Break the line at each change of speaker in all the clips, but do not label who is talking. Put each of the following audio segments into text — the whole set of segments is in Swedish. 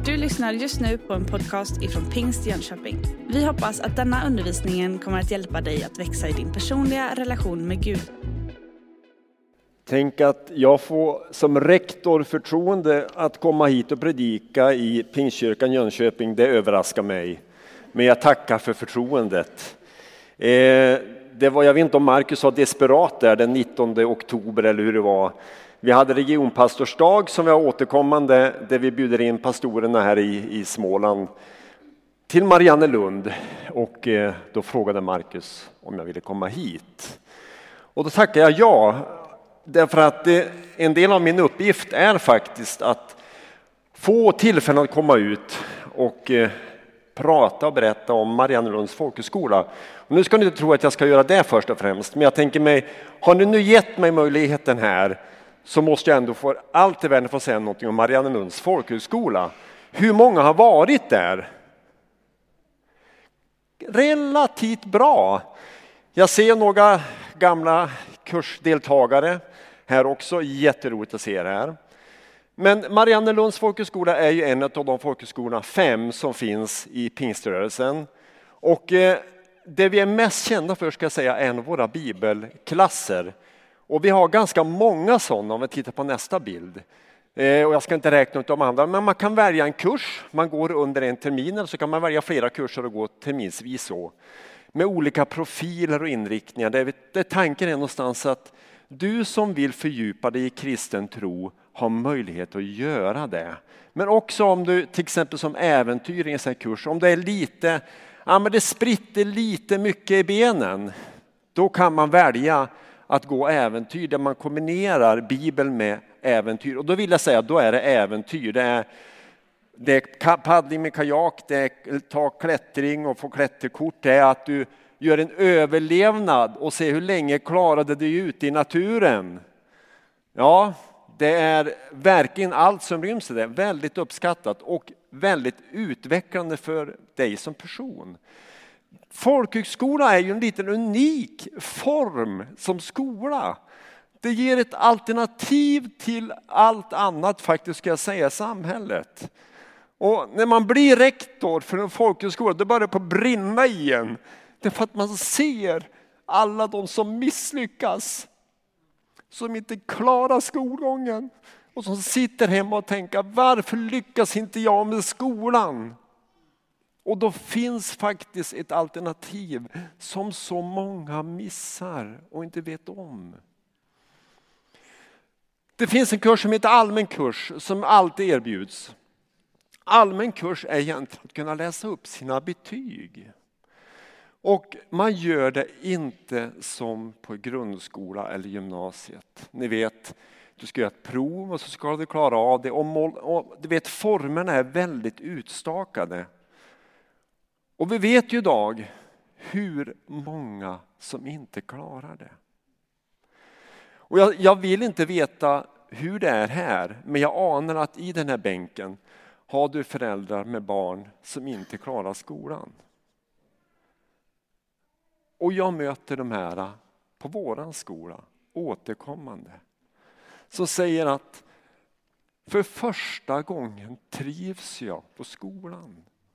Du lyssnar just nu på en podcast ifrån Pingst Jönköping. Vi hoppas att denna undervisningen kommer att hjälpa dig att växa i din personliga relation med Gud.
Tänk att jag får som rektor förtroende att komma hit och predika i Pingstkyrkan Jönköping. Det överraskar mig. Men jag tackar för förtroendet. Det var, jag vet inte om Marcus var desperat där den 19 oktober eller hur det var. Vi hade regionpastorsdag som var återkommande där vi bjuder in pastorerna här i Småland till Mariannelund. Och då frågade Marcus om jag ville komma hit. Och då tackade jag ja. Därför att en del av min uppgift är faktiskt att få tillfällen att komma ut och prata och berätta om Mariannelunds folkhögskola. Och nu ska ni inte tro att jag ska göra det först och främst. Men jag tänker mig, har ni nu gett mig möjligheten här så måste jag ändå få allt i världen få säga någonting om Mariannelunds folkhögskola. Hur många har varit där? Relativt bra. Jag ser några gamla kursdeltagare här också. Jätteroligt att se er här. Men Mariannelunds folkhögskola är ju en av de folkhögskolorna 5 som finns i pingströrelsen. Och det vi är mest kända för ska jag säga är en av våra bibelklasser. Och vi har ganska många sådana om vi tittar på nästa bild. Och jag ska inte räkna ut de andra, men man kan välja en kurs. Man går under en termin eller så kan man välja flera kurser och gå terminsvis så. Med olika profiler och inriktningar. Där tanken är någonstans att du som vill fördjupa dig i kristen tro har möjlighet att göra det. Men också om du till exempel som äventyr i en sån här kurs, om det är lite, ja men det spritter lite mycket i benen. Då kan man välja att gå äventyr där man kombinerar Bibeln med äventyr. Och då vill jag säga, då är det äventyr. Det är paddling med kajak, det är ta klättring och få klätterkort. Det är att du gör en överlevnad och ser hur länge klarade du ut i naturen. Ja, det är verkligen allt som ryms i det. Väldigt uppskattat och väldigt utvecklande för dig som person. Folkhögskola är ju en liten unik form som skola. Det ger ett alternativ till allt annat faktiskt ska jag säga i samhället. Och när man blir rektor för en folkhögskola då börjar det på brinna igen. Det är för att man ser alla de som misslyckas. Som inte klarar skolgången. Och som sitter hemma och tänker varför lyckas inte jag med skolan? Och då finns faktiskt ett alternativ som så många missar och inte vet om. Det finns en kurs som heter allmän kurs som alltid erbjuds. Allmän kurs är egentligen att kunna läsa upp sina betyg. Och man gör det inte som på grundskola eller gymnasiet. Ni vet, du ska göra ett prov och så ska du klara av det. Och du vet, formerna är väldigt utstakade. Och vi vet ju idag hur många som inte klarar det. Och jag vill inte veta hur det är här, men jag anar att i den här bänken har du föräldrar med barn som inte klarar skolan. Och jag möter de här på våran skola återkommande. Som säger att för första gången trivs jag på skolan.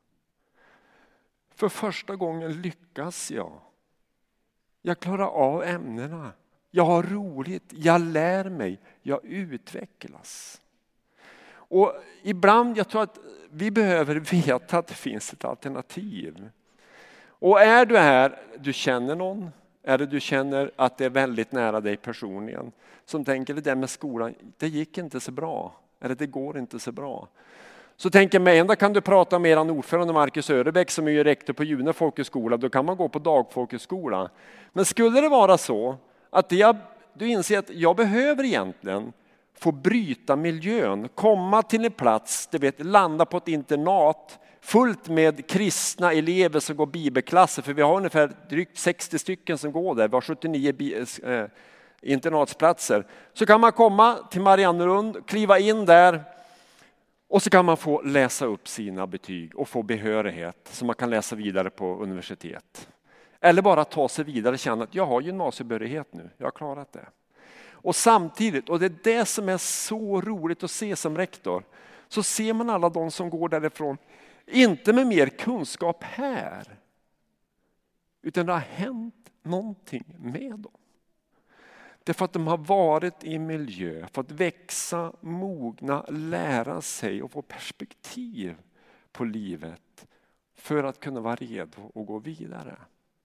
För första gången lyckas jag. Jag klarar av ämnena. Jag har roligt. Jag lär mig. Jag utvecklas. Och ibland, jag tror att vi behöver veta att det finns ett alternativ. Och är du här, du känner någon. Är det du känner att det är väldigt nära dig personligen. Som tänker det där med skolan, det gick inte så bra. Eller det går inte så bra. Så tänker jag, ända kan du prata med eran ordförande Marcus Örebäck som är ju rektor på June folkhögskola. Då kan man gå på dagfolkhögskola. Men skulle det vara så att du inser att jag behöver egentligen få bryta miljön. Komma till en plats, landa på ett internat. Fullt med kristna elever som går bibelklasser. För vi har ungefär drygt 60 stycken som går där. Vi har 79 internatsplatser. Så kan man komma till Mariannelund, kliva in där. Och så kan man få läsa upp sina betyg och få behörighet. Så man kan läsa vidare på universitet. Eller bara ta sig vidare och känna att jag har gymnasiebehörighet nu. Jag har klarat det. Och samtidigt, och det är det som är så roligt att se som rektor. så ser man alla de som går därifrån, inte med mer kunskap här, utan det har hänt någonting med dem. Därför att de har varit i miljö, fått växa, mogna, lära sig och få perspektiv på livet för att kunna vara redo att gå vidare.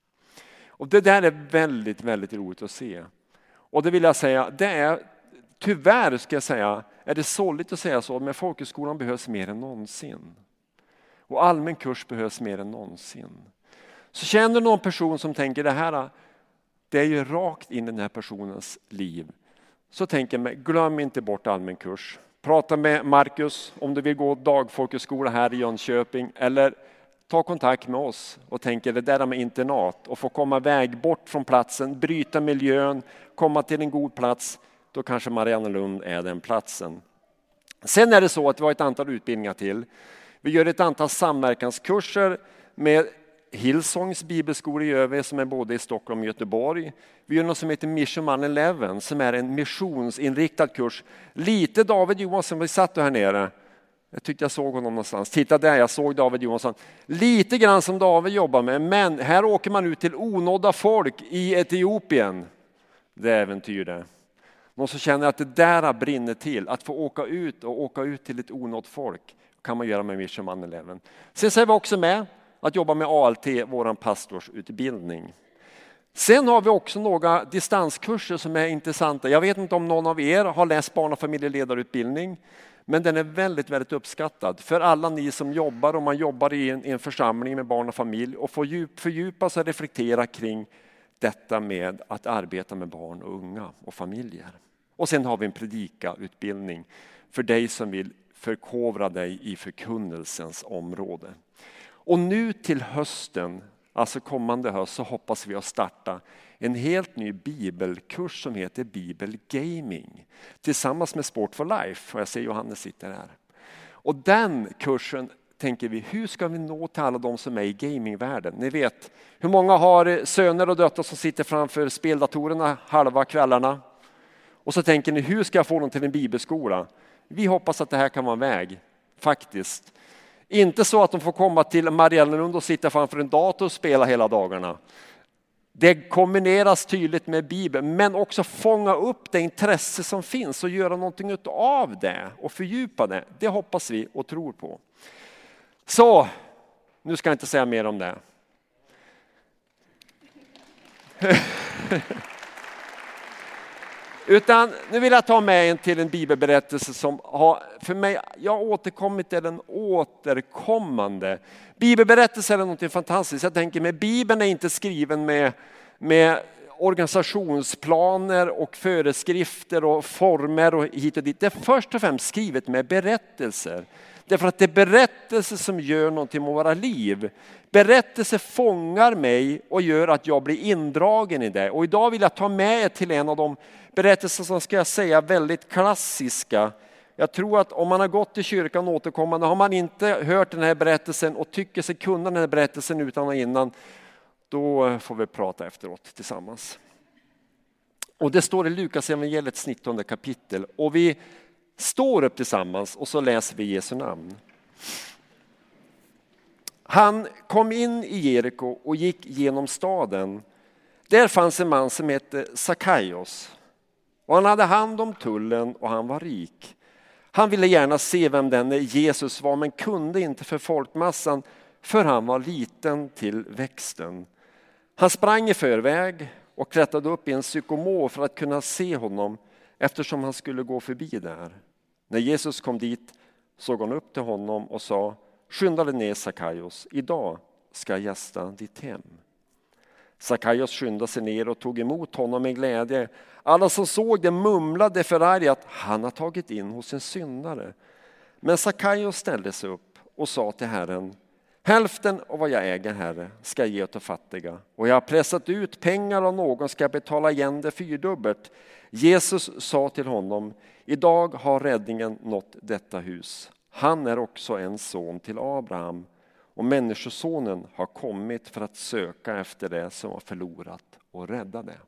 Och det där är väldigt, väldigt roligt att se. Och det vill jag säga, det är tyvärr ska jag säga, är det sorgligt att säga så, men folkhögskolan behövs mer än någonsin. Och allmän kurs behövs mer än någonsin. Så känner du någon person som tänker det här, det är ju rakt in i den här personens liv. Så tänker jag, glöm inte bort allmän kurs. Prata med Marcus om du vill gå dagfolkhögskola här i Jönköping. Eller ta kontakt med oss och tänker det där med internat. Och få komma iväg bort från platsen, bryta miljön, komma till en god plats. Då kanske Mariannelund är den platsen. Sen är det så att vi har ett antal utbildningar till. Vi gör ett antal samverkanskurser med Hillsongs bibelskola i Övre som är både i Stockholm och Göteborg. Vi gör något som heter Mission Man 11 som är en missionsinriktad kurs. Lite David Johansson, vi satt här nere. Jag tyckte jag såg honom någonstans. Titta där, jag såg David Johansson. Lite grann som David jobbar med, men här åker man ut till onådda folk i Etiopien. Det är äventyr det. Någon som känner att det där brinner till. Att få åka ut till ett onått folk kan man göra med Mission Man 11. Sen ser vi också med att jobba med ALT, våran pastorsutbildning. Sen har vi också några distanskurser som är intressanta. Jag vet inte om någon av er har läst barn- och familjeledarutbildning. Men den är väldigt, väldigt uppskattad. För alla ni som jobbar, och man jobbar i en församling med barn och familj. Och får fördjupa sig och reflektera kring detta med att arbeta med barn och unga och familjer. Och sen har vi en predikautbildning för dig som vill förkovra dig i förkunnelsens område. Och nu till hösten, alltså kommande höst, så hoppas vi att starta en helt ny bibelkurs som heter Bibelgaming. Tillsammans med Sport for Life, och jag ser Johannes sitter här. Och den kursen tänker vi, hur ska vi nå till alla de som är i gamingvärlden? Ni vet, hur många har söner och döttrar som sitter framför speldatorerna halva kvällarna? Och så tänker ni, hur ska jag få dem till en bibelskola? Vi hoppas att det här kan vara en väg, faktiskt. Inte så att de får komma till Mariannelund och sitta framför en dator och spela hela dagarna. Det kombineras tydligt med Bibeln, men också fånga upp det intresse som finns och göra någonting av det och fördjupa det. Det hoppas vi och tror på. Så, nu ska jag inte säga mer om det. Utan nu vill jag ta med en till en bibelberättelse som har, för mig, jag har återkommit till den återkommande. Bibelberättelse är något fantastiskt. Jag tänker med Bibeln är inte skriven med organisationsplaner och föreskrifter och former och hit och dit. Det är först och främst skrivet med berättelser. Därför att det är berättelser som gör någonting med våra liv. Berättelser fångar mig och gör att jag blir indragen i det. Och idag vill jag ta med till en av de berättelser som ska jag säga väldigt klassiska. Jag tror att om man har gått till kyrkan återkommande har man inte hört den här berättelsen och tycker sig kunna den här berättelsen utan och innan. Då får vi prata efteråt tillsammans. Och det står i Lukas evangeliets 19 kapitel. Och vi står upp tillsammans och så läser vi Jesu namn. Han kom in i Jeriko och gick genom staden. Där fanns en man som hette Sackaios. Och han hade hand om tullen och han var rik. Han ville gärna se vem denne Jesus var men kunde inte för folkmassan för han var liten till växten. Han sprang i förväg och klättrade upp i en sykomor för att kunna se honom eftersom han skulle gå förbi där. När Jesus kom dit såg han upp till honom och sa: skynda dig ner Sackaios, idag ska jag gästa ditt hem. Sackaios skyndade sig ner och tog emot honom med glädje. Alla som såg det mumlade förargat: han har tagit in hos en syndare. Men Sackaios ställde sig upp och sa till Herren: hälften av vad jag äger, Herre, ska jag ge åt de fattiga. Och jag har pressat ut pengar av någon, ska jag betala igen det fyrdubbelt. Jesus sa till honom: idag har räddningen nått detta hus. Han är också en son till Abraham. Och människosonen har kommit för att söka efter det som var förlorat och rädda det.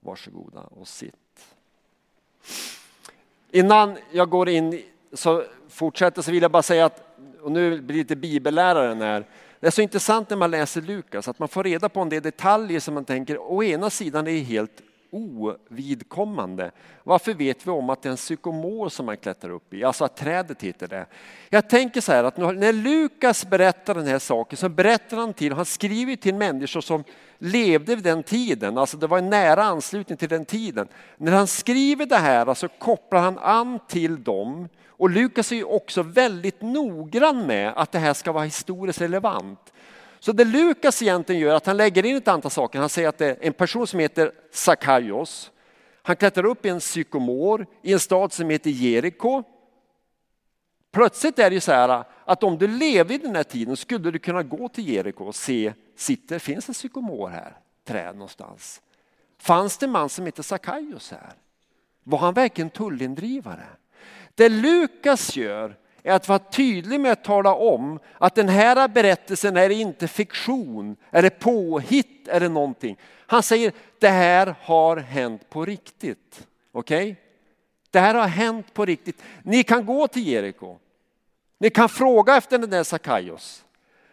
Varsågoda och sitt. Innan jag går in så fortsätter så vill jag bara säga att, och nu blir det lite bibelläraren här. Det är så intressant när man läser Lukas att man får reda på en del detaljer som man tänker, å ena sidan är helt ovidkommande. Varför vet vi om att det är en sykomor som man klättrar upp i? Alltså att trädet heter det. Jag tänker så här att när Lukas berättar den här saken så berättar han skriver till människor som levde vid den tiden. Alltså det var en nära anslutning till den tiden. När han skriver det här så kopplar han an till dem. Och Lukas är ju också väldigt noggrann med att det här ska vara historiskt relevant. Så det Lukas egentligen gör är att han lägger in ett antal saker. Han säger att det är en person som heter Sackaios. Han klättrar upp i en sykomor i en stad som heter Jeriko. Plötsligt är det ju så här att om du lever i den här tiden skulle du kunna gå till Jeriko och se, finns en sykomor här, träd någonstans. Fanns det en man som heter Sackaios här? Var han verkligen tullindrivare? Det Lukas gör är att vara tydlig med att tala om att den här berättelsen är inte fiktion, är det påhitt, är det någonting. Han säger det här har hänt på riktigt. Okej? Det här har hänt på riktigt. Ni kan gå till Jeriko. Ni kan fråga efter den där Sackaios.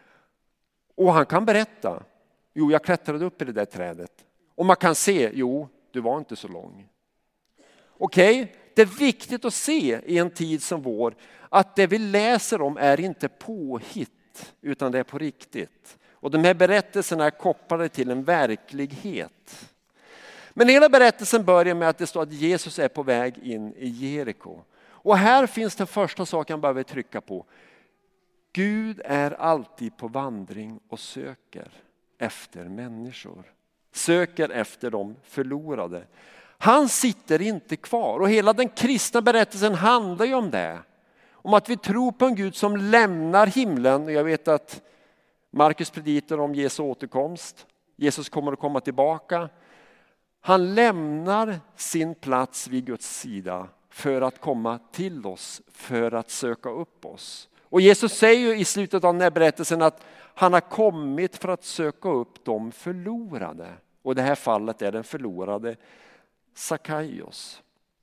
Och han kan berätta. Jo, jag klättrade upp i det där trädet. Och man kan se, jo, du var inte så lång. Okej? Det är viktigt att se i en tid som vår att det vi läser om är inte påhitt utan det är på riktigt. Och de här berättelserna är kopplade till en verklighet. Men hela berättelsen börjar med att det står att Jesus är på väg in i Jeriko. Och här finns den första saken jag behöver trycka på. Gud är alltid på vandring och söker efter människor. Söker efter de förlorade. Han sitter inte kvar och hela den kristna berättelsen handlar ju om det. Om att vi tror på en Gud som lämnar himlen. Jag vet att Markus predikar om Jesu återkomst. Jesus kommer att komma tillbaka. Han lämnar sin plats vid Guds sida för att komma till oss, för att söka upp oss. Och Jesus säger ju i slutet av den här berättelsen att han har kommit för att söka upp de förlorade. Och i det här fallet är den förlorade Sackaios.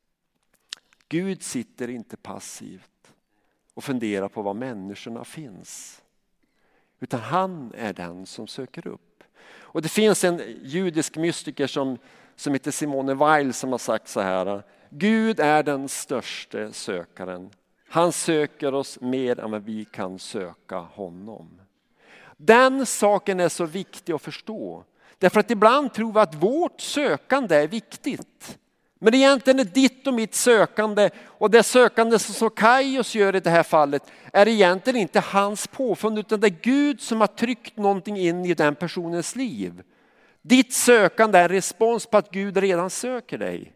Gud sitter inte passivt och funderar på var människorna finns. Utan han är den som söker upp. Och det finns en judisk mystiker som heter Simone Weil som har sagt så här. Gud är den största sökaren. Han söker oss mer än vad vi kan söka honom. Den saken är så viktig att förstå. Därför att ibland tror vi att vårt sökande är viktigt. Men egentligen är ditt och mitt sökande och det sökande som Sackaios gör i det här fallet är egentligen inte hans påfund utan det är Gud som har tryckt någonting in i den personens liv. Ditt sökande är en respons på att Gud redan söker dig.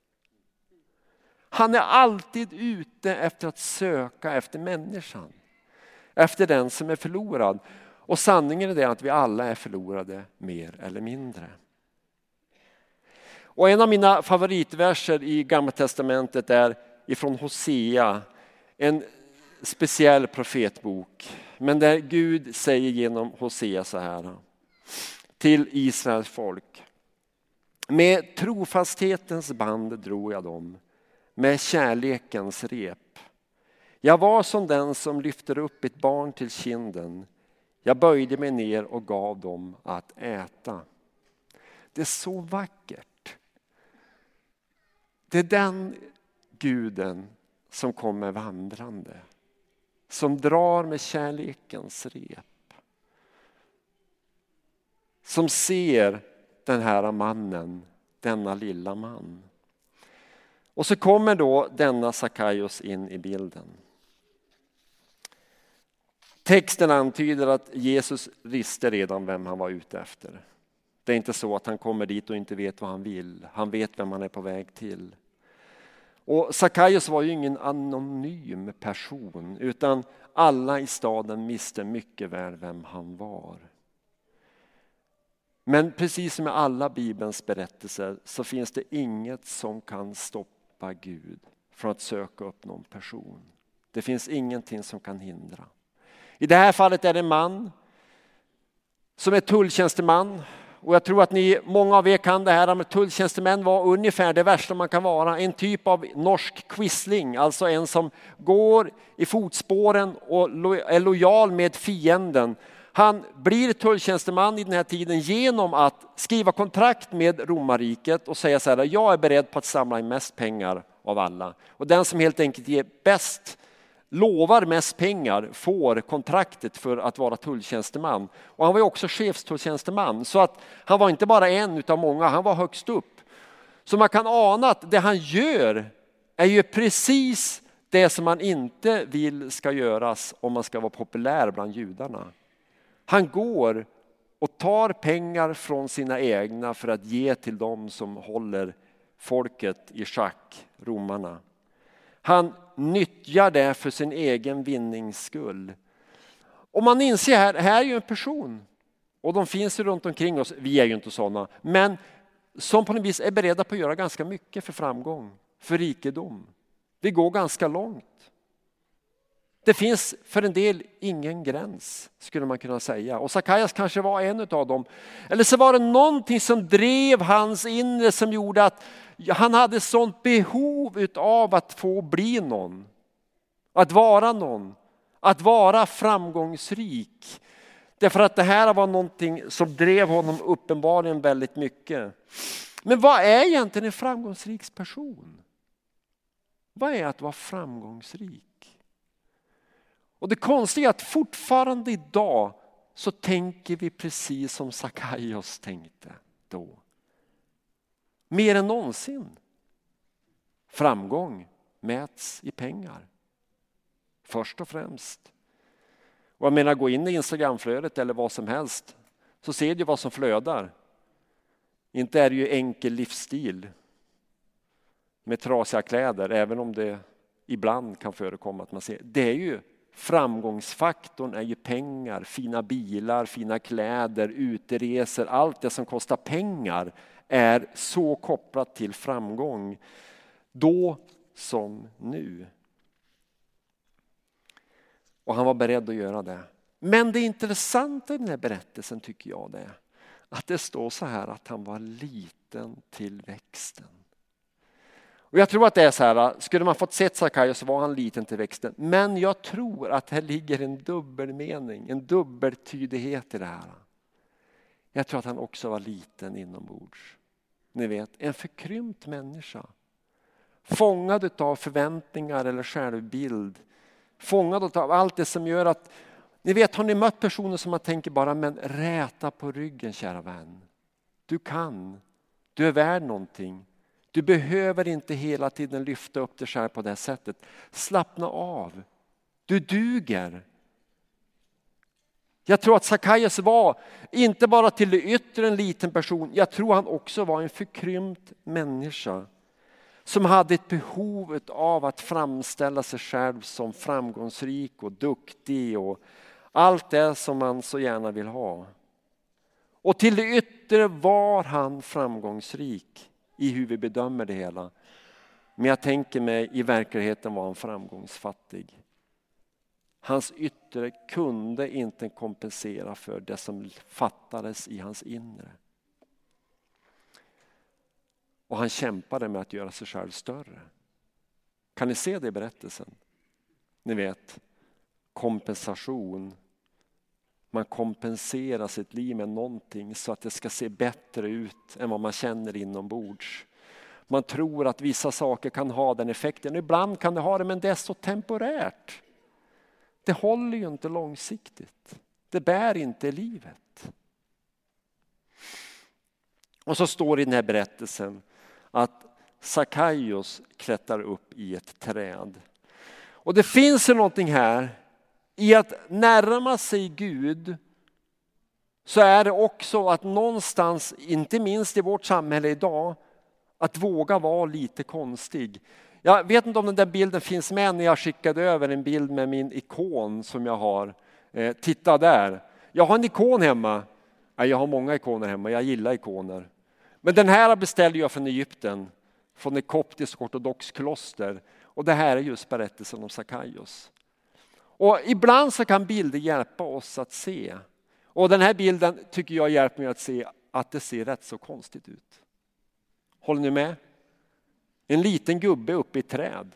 Han är alltid ute efter att söka efter människan. Efter den som är förlorad. Och sanningen är det att vi alla är förlorade mer eller mindre. Och en av mina favoritverser i Gamla testamentet är ifrån Hosea. En speciell profetbok. Men där Gud säger genom Hosea så här. Till Israels folk. Med trofasthetens band drog jag dem. Med kärlekens rep. Jag var som den som lyfter upp ett barn till kinden. Jag böjde mig ner och gav dem att äta. Det är så vackert. Det är den guden som kommer vandrande. Som drar med kärlekens rep. Som ser den här mannen, denna lilla man. Och så kommer då denna Sackaios in i bilden. Texten antyder att Jesus visste redan vem han var ute efter. Det är inte så att han kommer dit och inte vet vad han vill. Han vet vem han är på väg till. Och Sackaios var ju ingen anonym person utan alla i staden visste mycket väl vem han var. Men precis som med alla Bibelns berättelser så finns det inget som kan stoppa Gud från att söka upp någon person. Det finns ingenting som kan hindra. I det här fallet är det en man som är tulltjänsteman Och jag tror att många av er kan det här med tulltjänstemän var ungefär det värsta man kan vara. En typ av norsk quisling, alltså en som går i fotspåren och är lojal med fienden. Han blir tulltjänsteman i den här tiden genom att skriva kontrakt med romarriket och säga så här: jag är beredd på att samla in mest pengar av alla. Och den som helt enkelt ger lovar mest pengar får kontraktet för att vara tulltjänsteman. Och han var ju också chefstulltjänsteman, så att han var inte bara en utav många, han var högst upp. Så man kan ana att det han gör är ju precis det som man inte vill ska göras om man ska vara populär bland judarna. Han går och tar pengar från sina egna för att ge till dem som håller folket i schack, romarna. Han nyttjar det för sin egen vinnings skull. Och man inser här är ju en person. Och de finns ju runt omkring oss, vi är ju inte sådana. Men som på något vis är beredda på att göra ganska mycket för framgång, för rikedom. Vi går ganska långt. Det finns för en del ingen gräns, skulle man kunna säga. Och Sackaios kanske var en av dem. Eller så var det någonting som drev hans inre som gjorde att han hade sånt behov av att få bli någon. Att vara någon. Att vara framgångsrik. Därför att det här var någonting som drev honom uppenbarligen väldigt mycket. Men vad är egentligen en framgångsrik person? Vad är att vara framgångsrik? Och det konstiga är att fortfarande idag så tänker vi precis som Sackaios tänkte då. Mer än någonsin. Framgång mäts i pengar. Först och främst. Och jag menar, gå in i Instagramflödet eller vad som helst så ser du vad som flödar. Inte är det ju enkel livsstil med trasiga kläder, även om det ibland kan förekomma att man ser. Det är ju framgångsfaktorn är ju pengar, fina bilar, fina kläder, uteresor, allt det som kostar pengar är så kopplat till framgång. Då som nu. Och han var beredd att göra det. Men det intressanta i den här berättelsen tycker jag det är att det står så här att han var liten till växten. Och jag tror att det är så här, skulle man fått sett Sackaios så var han liten till växten. Men jag tror att här ligger en dubbelmening, en dubbeltydighet i det här. Jag tror att han också var liten inombords. Ni vet, en förkrympt människa. Fångad av förväntningar eller självbild. Fångad av allt det som gör att, ni vet, har ni mött personer som man tänker bara, men räta på ryggen kära vän. Du kan, du är värd någonting. Du behöver inte hela tiden lyfta upp dig själv på det sättet. Slappna av. Du duger. Jag tror att Sackaios var inte bara till det yttre en liten person. Jag tror han också var en förkrympt människa. Som hade ett behov av att framställa sig själv som framgångsrik och duktig. Och allt det som man så gärna vill ha. Och till det yttre var han framgångsrik. I hur vi bedömer det hela. Men jag tänker mig i verkligheten var han framgångsfattig. Hans yttre kunde inte kompensera för det som fattades i hans inre. Och han kämpade med att göra sig själv större. Kan ni se det i berättelsen? Ni vet, kompensation. Man kompenserar sitt liv med någonting så att det ska se bättre ut än vad man känner inombords. Man tror att vissa saker kan ha den effekten. Ibland kan det ha det, men det är så temporärt. Det håller ju inte långsiktigt. Det bär inte livet. Och så står det i den här berättelsen att Sackaios klättrar upp i ett träd. Och det finns ju någonting här. I att närma sig Gud så är det också att någonstans, inte minst i vårt samhälle idag, att våga vara lite konstig. Jag vet inte om den där bilden finns med när jag skickade över en bild med min ikon som jag har. Titta där. Jag har en ikon hemma. Jag har många ikoner hemma, jag gillar ikoner. Men den här beställde jag från Egypten, från ett koptiskt ortodox kloster. Och det här är just berättelsen om Sackaios. Och ibland så kan bilder hjälpa oss att se. Och den här bilden tycker jag hjälper mig att se att det ser rätt så konstigt ut. Håller ni med? En liten gubbe uppe i ett träd.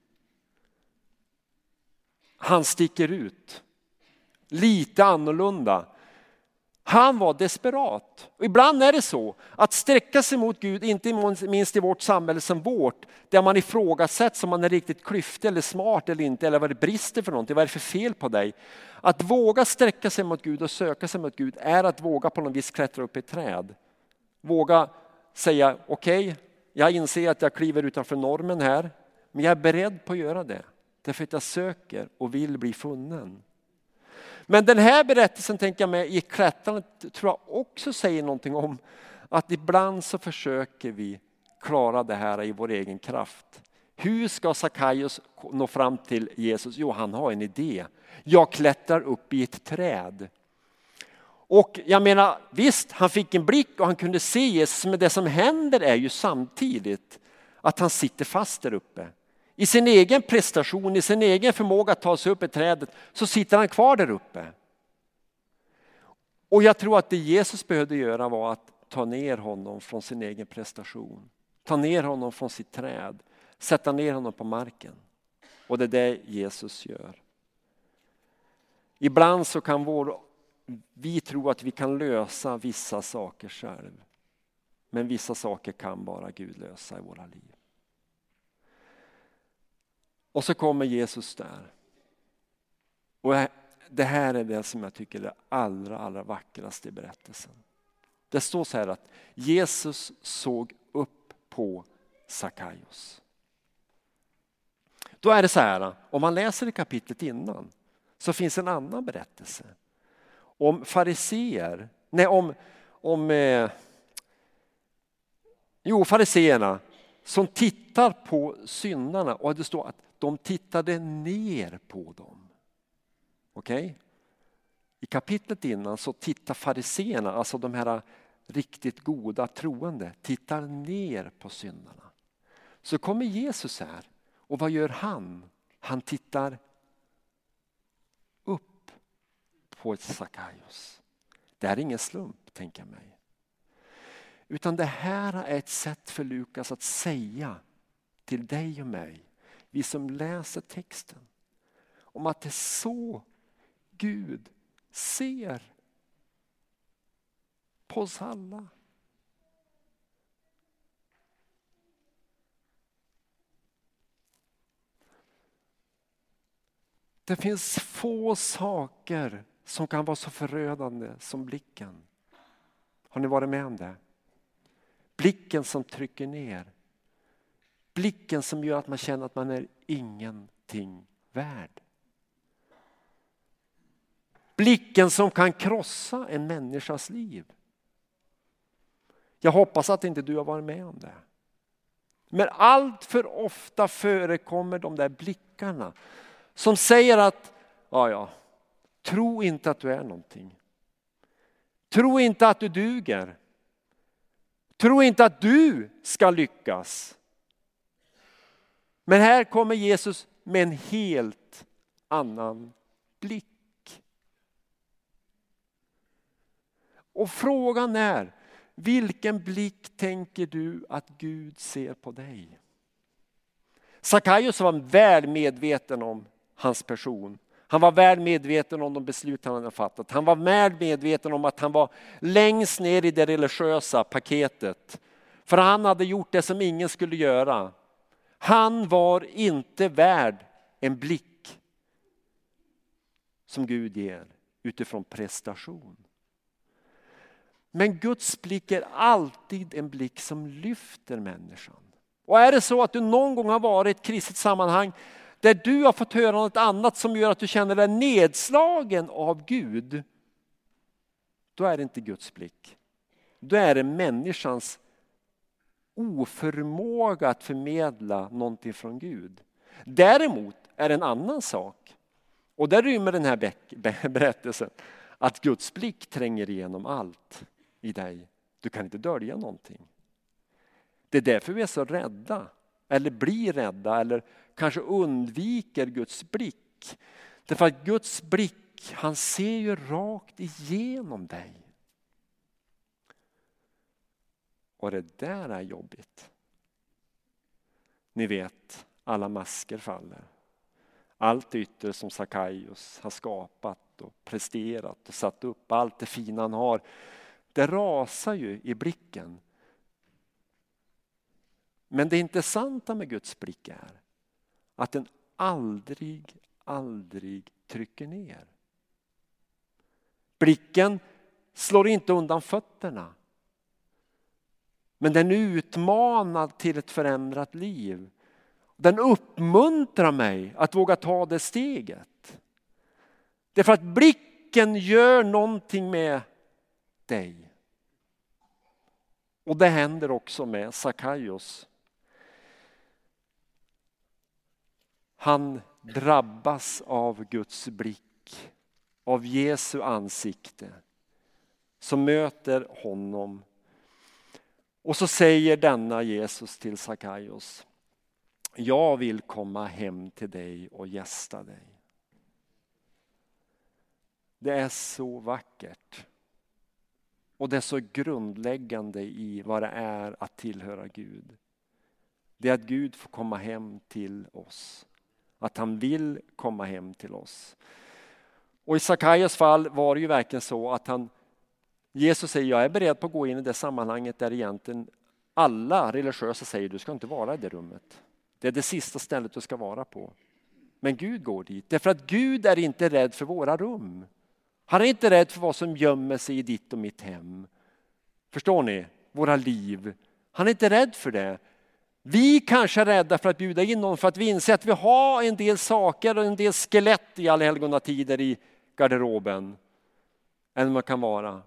Han sticker ut. Lite annorlunda. Han var desperat. Och ibland är det så att sträcka sig mot Gud, inte minst i vårt samhälle som vårt, där man ifrågasätts om man är riktigt klyftig eller smart eller inte, eller vad det brister för någonting, vad är det för fel på dig? Att våga sträcka sig mot Gud och söka sig mot Gud är att våga på något vis klättra upp i ett träd. Våga säga okej, jag inser att jag kliver utanför normen här, men jag är beredd på att göra det. Därför att jag söker och vill bli funnen. Men den här berättelsen, tänker jag med, i klättrandet tror jag också säger någonting om att ibland så försöker vi klara det här i vår egen kraft. Hur ska Sackaios nå fram till Jesus? Jo, han har en idé. Jag klättrar upp i ett träd. Och jag menar, visst, han fick en blick och han kunde se Jesus, men det som händer är ju samtidigt att han sitter fast där uppe. I sin egen prestation, i sin egen förmåga att ta sig upp i trädet, så sitter han kvar där uppe. Och jag tror att det Jesus behövde göra var att ta ner honom från sin egen prestation. Ta ner honom från sitt träd. Sätta ner honom på marken. Och det är det Jesus gör. Ibland så kan vi tro att vi kan lösa vissa saker själv. Men vissa saker kan bara Gud lösa i våra liv. Och så kommer Jesus där. Och det här är det som jag tycker är det allra vackraste i berättelsen. Det står så här att Jesus såg upp på Sackaios. Då är det så här, om man läser i kapitlet innan så finns en annan berättelse. Om fariseer, fariseerna som tittar på syndarna, och det står att de tittade ner på dem. Okej? I kapitlet innan så tittar fariseerna, alltså de här riktigt goda troende, tittar ner på syndarna. Så kommer Jesus här, och vad gör han? Han tittar upp på ett Sackaios. Det är ingen slump, tänker jag mig. Utan det här är ett sätt för Lukas att säga till dig och mig, vi som läser texten, om att det är så Gud ser på oss alla. Det finns få saker som kan vara så förödande som blicken. Har ni varit med om det? Blicken som trycker ner. Blicken som gör att man känner att man är ingenting värd. Blicken som kan krossa en människas liv. Jag hoppas att inte du har varit med om det. Men allt för ofta förekommer de där blickarna som säger att tro inte att du är någonting. Tro inte att du duger. Tro inte att du ska lyckas. Men här kommer Jesus med en helt annan blick. Och frågan är, vilken blick tänker du att Gud ser på dig? Sackaios var väl medveten om hans person. Han var väl medveten om de beslut han hade fattat. Han var väl medveten om att han var längst ner i det religiösa paketet. För han hade gjort det som ingen skulle göra. Han var inte värd en blick som Gud ger utifrån prestation. Men Guds blick är alltid en blick som lyfter människan. Och är det så att du någon gång har varit i ett kristet sammanhang där du har fått höra något annat som gör att du känner dig nedslagen av Gud, då är det inte Guds blick. Då är det människans oförmåga att förmedla någonting från Gud. Däremot är det en annan sak, och där rymmer den här berättelsen, att Guds blick tränger igenom allt i dig. Du kan inte dölja någonting. Det är därför vi är så rädda, eller blir rädda, eller kanske undviker Guds blick. Därför att Guds blick, han ser ju rakt igenom dig. Och det där är jobbigt. Ni vet, alla masker faller. Allt yttre som Sackaios har skapat och presterat och satt upp, allt det fina han har, det rasar ju i blicken. Men det intressanta med Guds blick är att den aldrig trycker ner. Blicken slår inte undan fötterna. Men den är utmanad till ett förändrat liv. Den uppmuntrar mig att våga ta det steget. Därför att blicken gör någonting med dig. Och det händer också med Sackaios. Han drabbas av Guds blick, av Jesu ansikte som möter honom. Och så säger denna Jesus till Sackaios: jag vill komma hem till dig och gästa dig. Det är så vackert. Och det är så grundläggande i vad det är att tillhöra Gud. Det är att Gud får komma hem till oss. Att han vill komma hem till oss. Och i Sackaios fall var det ju verkligen så att Jesus säger: jag är beredd på att gå in i det sammanhanget där egentligen alla religiösa säger: du ska inte vara i det rummet. Det är det sista stället du ska vara på. Men Gud går dit. Därför att Gud är inte rädd för våra rum. Han är inte rädd för vad som gömmer sig i ditt och mitt hem. Förstår ni? Våra liv. Han är inte rädd för det. Vi kanske är rädda för att bjuda in någon för att vi inser att vi har en del saker och en del skelett i allhelgonatider i garderoben. Än vad kan vara.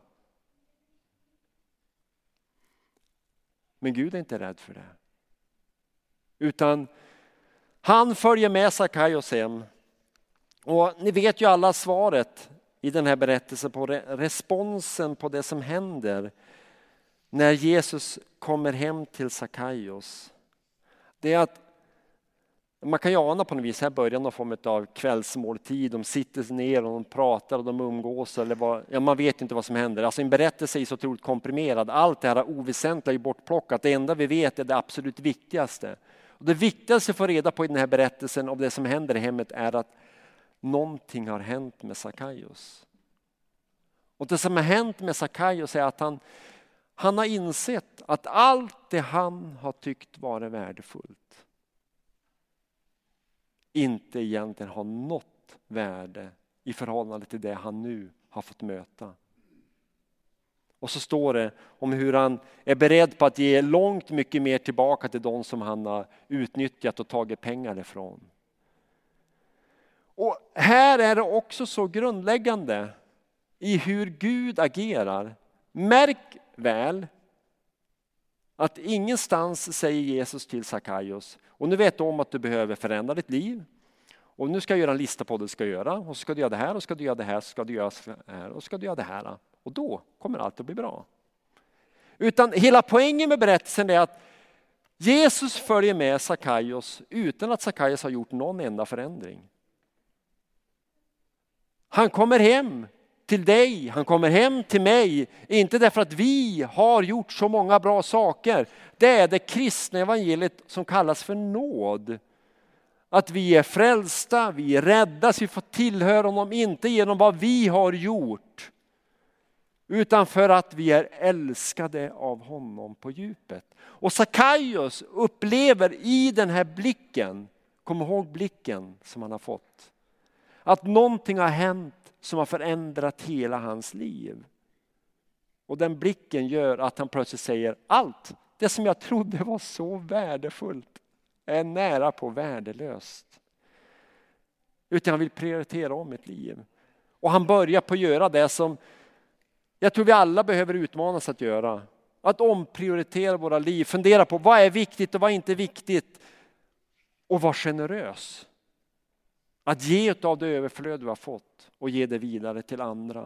Men Gud är inte rädd för det. Utan han följer med Sackaios hem. Och ni vet ju alla svaret i den här berättelsen på responsen på det som händer när Jesus kommer hem till Sackaios. Det är att man kan ju ana på något vis här början av form av kvällsmåltid. De sitter ner och de pratar och de umgås. Eller man vet inte vad som händer. Alltså en berättelse är så otroligt komprimerad. Allt det här oväsentliga är bortplockat. Det enda vi vet är det absolut viktigaste. Och det viktigaste att få reda på i den här berättelsen av det som händer i hemmet är att någonting har hänt med Sackaios. Och det som har hänt med Sackaios är att han har insett att allt det han har tyckt vara värdefullt inte egentligen har något värde i förhållande till det han nu har fått möta. Och så står det om hur han är beredd på att ge långt mycket mer tillbaka till de som han har utnyttjat och tagit pengar ifrån. Och här är det också så grundläggande i hur Gud agerar. Märk väl att ingenstans säger Jesus till Sackaios: och nu vet du om att du behöver förändra ditt liv. Och nu ska jag göra en lista på vad du ska göra. Och så ska du göra det här och ska du göra det här. Så ska du göra det här och ska du göra det här. Och då kommer allt att bli bra. Utan hela poängen med berättelsen är att Jesus följer med Sackaios utan att Sackaios har gjort någon enda förändring. Han kommer hem till dig, han kommer hem till mig, inte därför att vi har gjort så många bra saker. Det är det kristna evangeliet som kallas för nåd. Att vi är frälsta, vi är rädda, så vi får tillhöra honom, inte genom vad vi har gjort, utan för att vi är älskade av honom på djupet. Och Sackaios upplever i den här blicken, kom ihåg blicken som han har fått, att någonting har hänt som har förändrat hela hans liv. Och den blicken gör att han plötsligt säger: allt det som jag trodde var så värdefullt är nära på värdelöst. Utan han vill prioritera om mitt liv. Och han börjar på att göra det som jag tror vi alla behöver utmanas att göra. Att omprioritera våra liv. Fundera på vad är viktigt och vad är inte viktigt. Och vara generös. Att ge av det överflöd du har fått och ge det vidare till andra.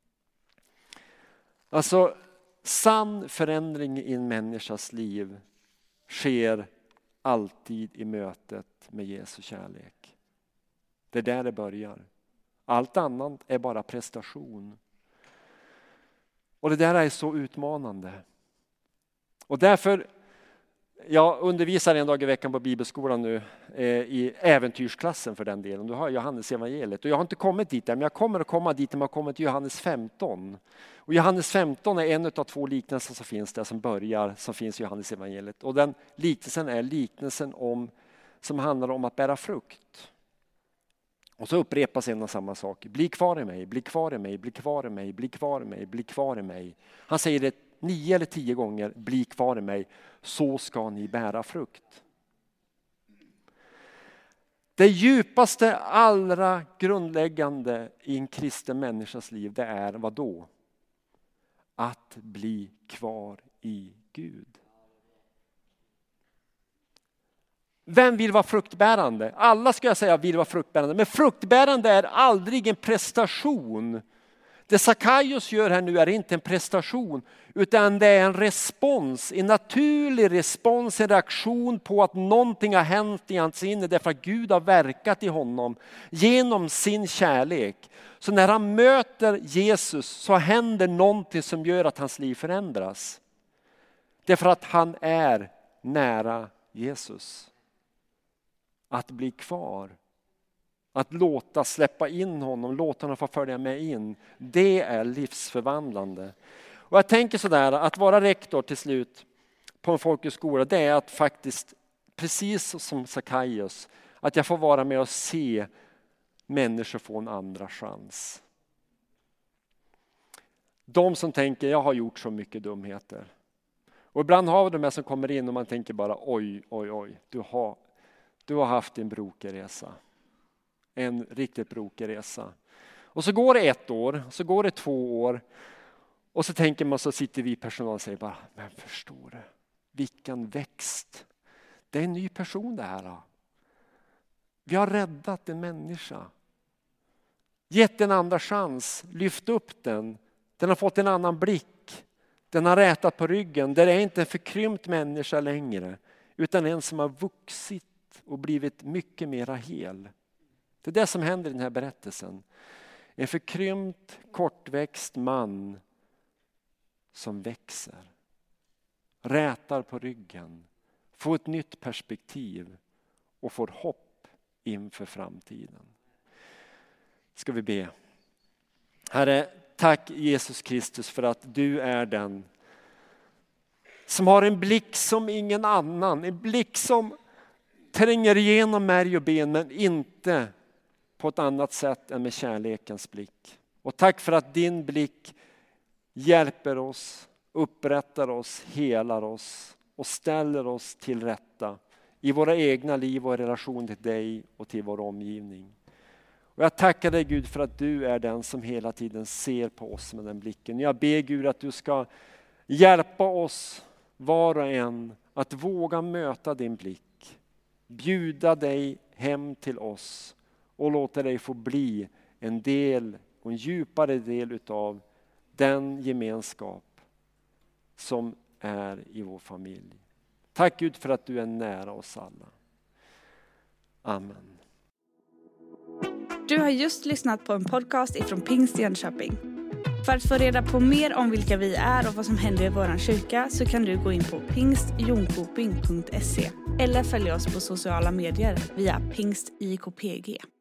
Alltså sann förändring i en människas liv sker alltid i mötet med Jesu kärlek. Det är där det börjar. Allt annat är bara prestation. Och det där är så utmanande. Och därför, jag undervisar en dag i veckan på bibelskolan nu i äventyrsklassen för den delen. Då har Johannes evangeliet. Och jag har inte kommit dit än, men jag kommer att komma dit när man kommer till Johannes 15. Och Johannes 15 är en av 2 liknelser som finns där som finns i Johannes evangeliet. Och den liknelsen är liknelsen som handlar om att bära frukt. Och så upprepas en och samma sak. Bli kvar i mig, bli kvar i mig, bli kvar i mig, bli kvar i mig, bli kvar i mig. Han säger det 9 eller 10 gånger, bli kvar i mig, så ska ni bära frukt. Det djupaste, allra grundläggande i en kristen människas liv, det är vad då? Att bli kvar i Gud. Vem vill vara fruktbärande? Alla ska jag säga vill vara fruktbärande. Men fruktbärande är aldrig en prestation. Det Sackaios gör här nu är inte en prestation. Utan det är en respons. En naturlig respons, en reaktion på att någonting har hänt i hans inre. Därför att Gud har verkat i honom genom sin kärlek. Så när han möter Jesus så händer någonting som gör att hans liv förändras. Därför att han är nära Jesus. Att bli kvar. Att låta släppa in honom. Låta honom få följa med in. Det är livsförvandlande. Och jag tänker sådär att vara rektor till slut på en folkhögskola. Det är att faktiskt precis som Sackaios. Att jag får vara med och se människor få en andra chans. De som tänker jag har gjort så mycket dumheter. Och ibland har vi de här som kommer in och man tänker bara oj. Du har haft en brokig resa. En riktigt brokig resa. Och så går det 1 år, så går det 2 år. Och så tänker man, så sitter vi i personal och säger bara, men förstår du? Vilken växt. Det är en ny person det här. Vi har räddat en människa. Gett en andra chans, lyft upp den. Den har fått en annan blick. Den har rätat på ryggen. Det är inte en förkrympt människa längre. Utan en som har vuxit och blivit mycket mera hel. Det är det som händer i den här berättelsen. En förkrympt, kortväxt man som växer. Rätar på ryggen. Får ett nytt perspektiv. Och får hopp inför framtiden. Ska vi be. Herre, tack Jesus Kristus för att du är den som har en blick som ingen annan. En blick som tränger igenom märg och ben, men inte på ett annat sätt än med kärlekens blick. Och tack för att din blick hjälper oss, upprättar oss, helar oss och ställer oss till rätta i våra egna liv och i relation till dig och till vår omgivning. Och jag tackar dig Gud för att du är den som hela tiden ser på oss med den blicken. Jag ber Gud att du ska hjälpa oss var och en att våga möta din blick. Bjuda dig hem till oss och låta dig få bli en del och en djupare del utav den gemenskap som är i vår familj. Tack Gud för att du är nära oss alla. Amen.
Du har just lyssnat på en podcast ifrån Pingst Jönköping. För att få reda på mer om vilka vi är och vad som händer i våran kyrka så kan du gå in på pingstjonkoping.se eller följa oss på sociala medier via pingstjkpg.